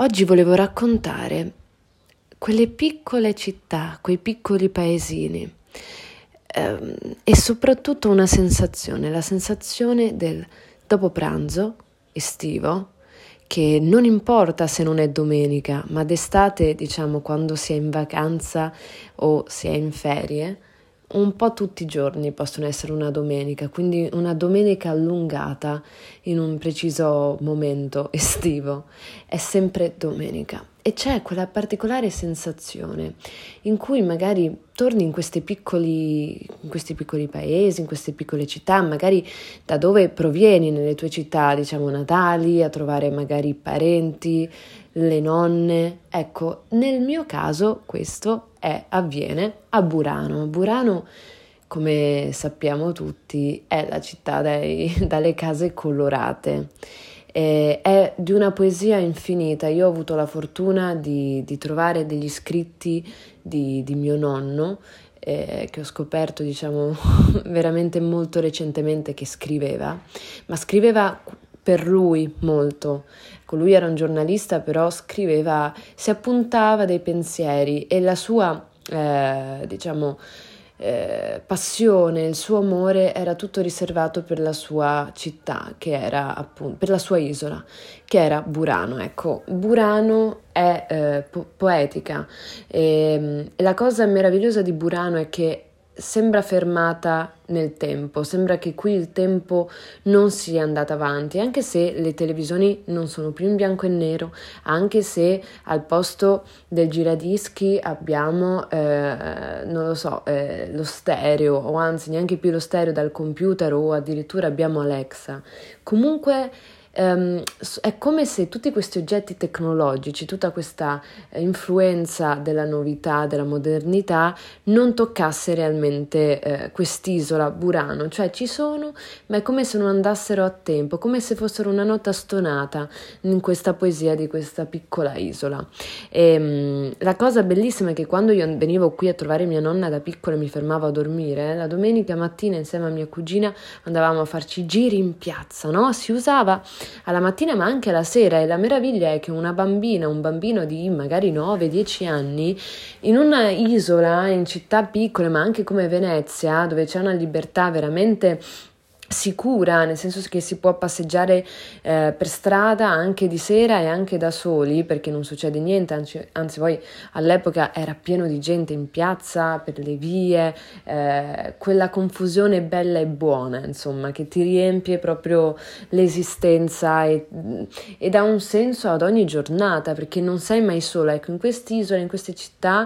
Oggi volevo raccontare quelle piccole città, quei piccoli paesini e soprattutto una sensazione, la sensazione del dopo pranzo estivo, che non importa se non è domenica, ma d'estate, diciamo, quando si è in vacanza o si è in ferie, un po' tutti i giorni possono essere una domenica, quindi una domenica allungata in un preciso momento estivo, è sempre domenica. E c'è quella particolare sensazione in cui magari torni in questi piccoli paesi, in queste piccole città, magari da dove provieni nelle tue città, diciamo natali, a trovare magari i parenti, le nonne. Ecco, nel mio caso questo avviene a Burano. Burano, come sappiamo tutti, è la città dalle case colorate. È di una poesia infinita. Io ho avuto la fortuna di trovare degli scritti di mio nonno, che ho scoperto, diciamo, veramente molto recentemente che scriveva, ma scriveva per lui molto. Lui era un giornalista, però scriveva, si appuntava dei pensieri e la sua, diciamo, passione, il suo amore era tutto riservato per la sua città, che era appunto, per la sua isola, che era Burano. Ecco, Burano è poetica e la cosa meravigliosa di Burano è che sembra fermata nel tempo, sembra che qui il tempo non sia andato avanti, anche se le televisioni non sono più in bianco e nero, anche se al posto del giradischi abbiamo, non lo so, lo stereo, o anzi neanche più lo stereo dal computer, o addirittura abbiamo Alexa. Comunque è come se tutti questi oggetti tecnologici, tutta questa influenza della novità, della modernità, non toccasse realmente quest'isola Burano, cioè ci sono, ma è come se non andassero a tempo, come se fossero una nota stonata in questa poesia di questa piccola isola. La cosa bellissima è che quando io venivo qui a trovare mia nonna da piccola e mi fermavo a dormire, la domenica mattina insieme a mia cugina andavamo a farci giri in piazza, no? Si usava alla mattina ma anche alla sera, e la meraviglia è che una bambina, un bambino di magari 9-10 anni, in una isola, in città piccole ma anche come Venezia, dove c'è una libertà veramente sicura, nel senso che si può passeggiare per strada anche di sera e anche da soli, perché non succede niente, anzi poi all'epoca era pieno di gente in piazza, per le vie, quella confusione bella e buona, insomma, che ti riempie proprio l'esistenza e dà un senso ad ogni giornata, perché non sei mai sola. Ecco, in quest'isola, in queste città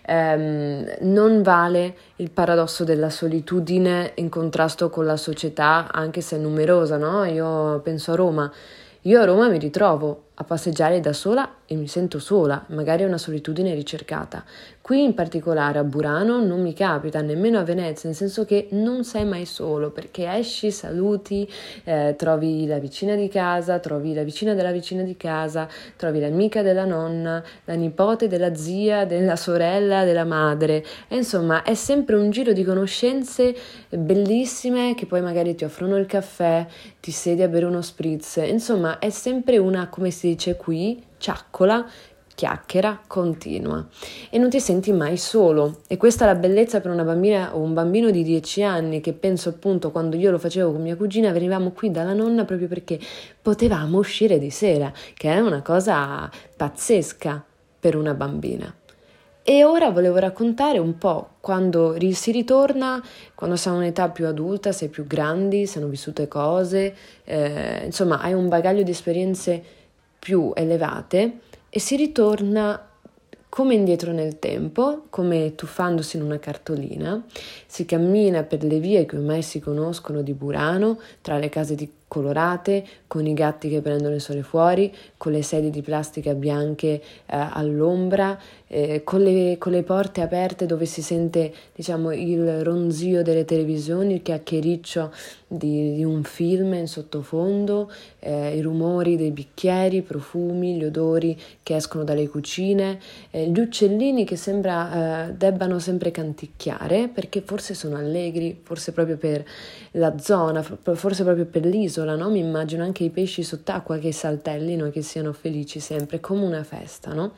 non vale il paradosso della solitudine in contrasto con la società, anche se è numerosa, no? Io penso a Roma. Io a Roma mi ritrovo a passeggiare da sola e mi sento sola, magari è una solitudine ricercata. Qui in particolare a Burano non mi capita, nemmeno a Venezia, nel senso che non sei mai solo, perché esci, saluti, trovi la vicina di casa, trovi la vicina della vicina di casa, trovi l'amica della nonna, la nipote della zia, della sorella, della madre, e insomma è sempre un giro di conoscenze bellissime che poi magari ti offrono il caffè, ti siedi a bere uno spritz, insomma è sempre una, come si dice qui, ciaccola, chiacchiera continua e non ti senti mai solo. E questa è la bellezza per una bambina o un bambino di 10 anni, che penso appunto quando io lo facevo con mia cugina venivamo qui dalla nonna proprio perché potevamo uscire di sera, che è una cosa pazzesca per una bambina. E ora volevo raccontare un po' quando si ritorna, quando si ha un'età più adulta, si è più grandi, si hanno vissute cose, insomma hai un bagaglio di esperienze più elevate e si ritorna come indietro nel tempo, come tuffandosi in una cartolina, si cammina per le vie che ormai si conoscono di Burano, tra le case colorate, con i gatti che prendono il sole fuori, con le sedie di plastica bianche all'ombra, con le porte aperte dove si sente, diciamo, il ronzio delle televisioni, il chiacchiericcio di un film in sottofondo, i rumori dei bicchieri, i profumi, gli odori che escono dalle cucine, gli uccellini che sembra debbano sempre canticchiare perché forse sono allegri, forse proprio per la zona, forse proprio per l'isola, no? Mi immagino anche i pesci sott'acqua che saltellino e che siano felici sempre, come una festa, no?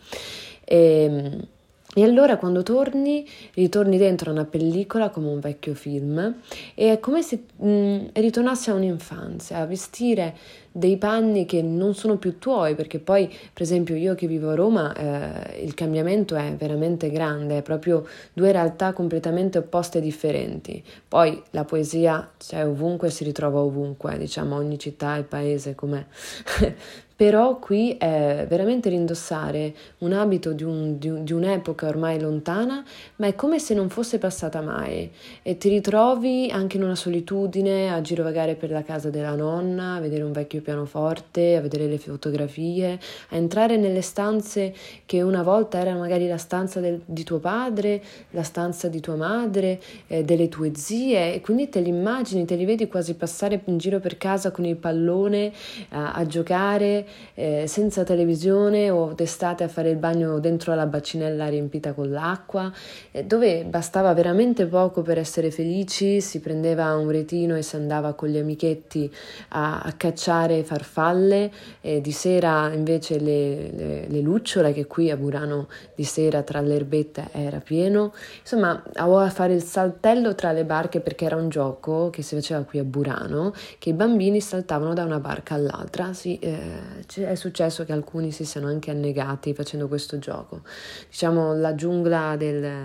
E allora quando ritorni dentro una pellicola come un vecchio film e è come se ritornassi a un'infanzia, a vestire dei panni che non sono più tuoi, perché poi, per esempio, io che vivo a Roma, il cambiamento è veramente grande, è proprio due realtà completamente opposte e differenti. Poi la poesia c'è ovunque, si ritrova ovunque, diciamo, ogni città e paese com'è. Però qui è veramente rindossare un abito di un'epoca ormai lontana, ma è come se non fosse passata mai e ti ritrovi anche in una solitudine a girovagare per la casa della nonna, a vedere un vecchio pianoforte, a vedere le fotografie, a entrare nelle stanze che una volta erano magari la stanza di tuo padre, la stanza di tua madre, delle tue zie, e quindi te li immagini, te li vedi quasi passare in giro per casa con il pallone a giocare senza televisione o d'estate a fare il bagno dentro alla bacinella riempita con l'acqua, dove bastava veramente poco per essere felici, si prendeva un retino e si andava con gli amichetti a cacciare farfalle, di sera invece le lucciole, che qui a Burano di sera tra le erbette era pieno, insomma a fare il saltello tra le barche, perché era un gioco che si faceva qui a Burano, che i bambini saltavano da una barca all'altra. Sì, è successo che alcuni si siano anche annegati facendo questo gioco, diciamo la giungla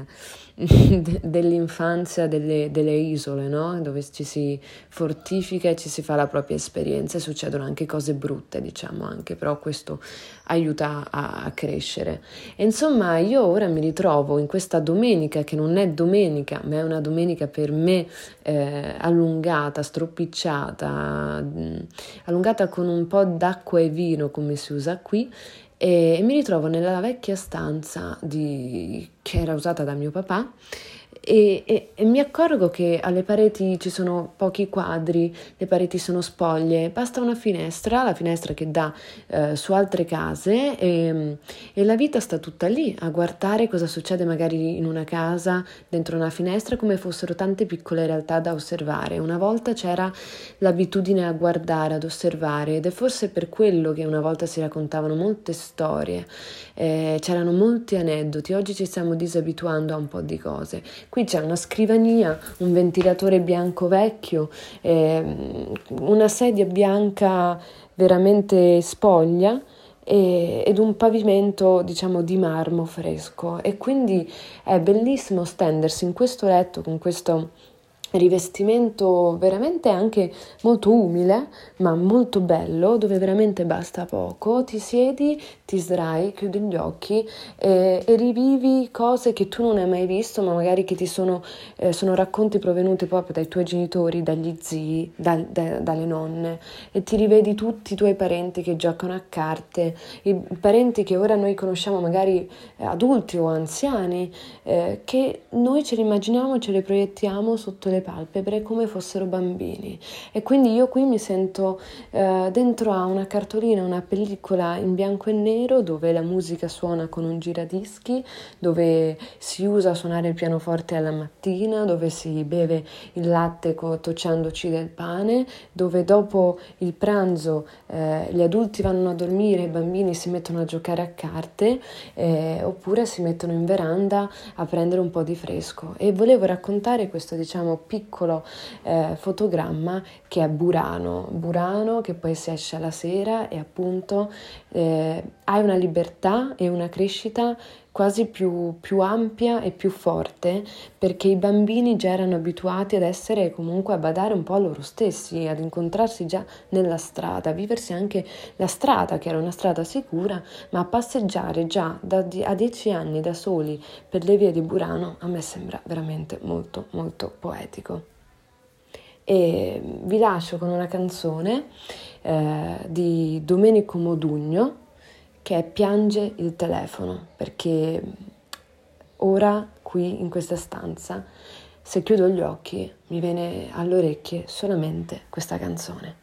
dell'infanzia delle isole, no? Dove ci si fortifica e ci si fa la propria esperienza e succedono anche cose brutte, diciamo anche, però questo aiuta a crescere. E insomma io ora mi ritrovo in questa domenica che non è domenica, ma è una domenica per me allungata, stropicciata, allungata con un po' d'acqua e vino come si usa qui, e mi ritrovo nella vecchia stanza che era usata da mio papà e mi accorgo che alle pareti ci sono pochi quadri, le pareti sono spoglie, basta una finestra, la finestra che dà su altre case e la vita sta tutta lì a guardare cosa succede magari in una casa dentro una finestra, come fossero tante piccole realtà da osservare. Una volta c'era l'abitudine a guardare, ad osservare, ed è forse per quello che una volta si raccontavano molte storie, c'erano molti aneddoti. Oggi ci stiamo disabituando a un po' di cose. Qui c'è una scrivania, un ventilatore bianco vecchio, una sedia bianca veramente spoglia ed un pavimento, diciamo, di marmo fresco. E quindi è bellissimo stendersi in questo letto con questo rivestimento veramente anche molto umile, ma molto bello, dove veramente basta poco, ti siedi, ti sdrai, chiudi gli occhi e rivivi cose che tu non hai mai visto, ma magari che ti sono racconti provenuti proprio dai tuoi genitori, dagli zii, dalle nonne, e ti rivedi tutti i tuoi parenti che giocano a carte, i parenti che ora noi conosciamo magari adulti o anziani, che noi ce li immaginiamo, ce li proiettiamo sotto le palpebre come fossero bambini. E quindi io qui mi sento dentro a una cartolina, una pellicola in bianco e nero, dove la musica suona con un giradischi, dove si usa suonare il pianoforte alla mattina, dove si beve il latte tocciandoci del pane, dove dopo il pranzo gli adulti vanno a dormire, i bambini si mettono a giocare a carte, oppure si mettono in veranda a prendere un po' di fresco. E volevo raccontare questo, diciamo, piccolo fotogramma che è Burano, che poi si esce alla sera e appunto hai una libertà e una crescita quasi più ampia e più forte, perché i bambini già erano abituati ad essere, comunque, a badare un po' a loro stessi, ad incontrarsi già nella strada, a viversi anche la strada, che era una strada sicura, ma a passeggiare già a 10 anni da soli per le vie di Burano a me sembra veramente molto molto poetico. E vi lascio con una canzone di Domenico Modugno, che è Piange il telefono, perché ora qui in questa stanza se chiudo gli occhi mi viene alle orecchie solamente questa canzone.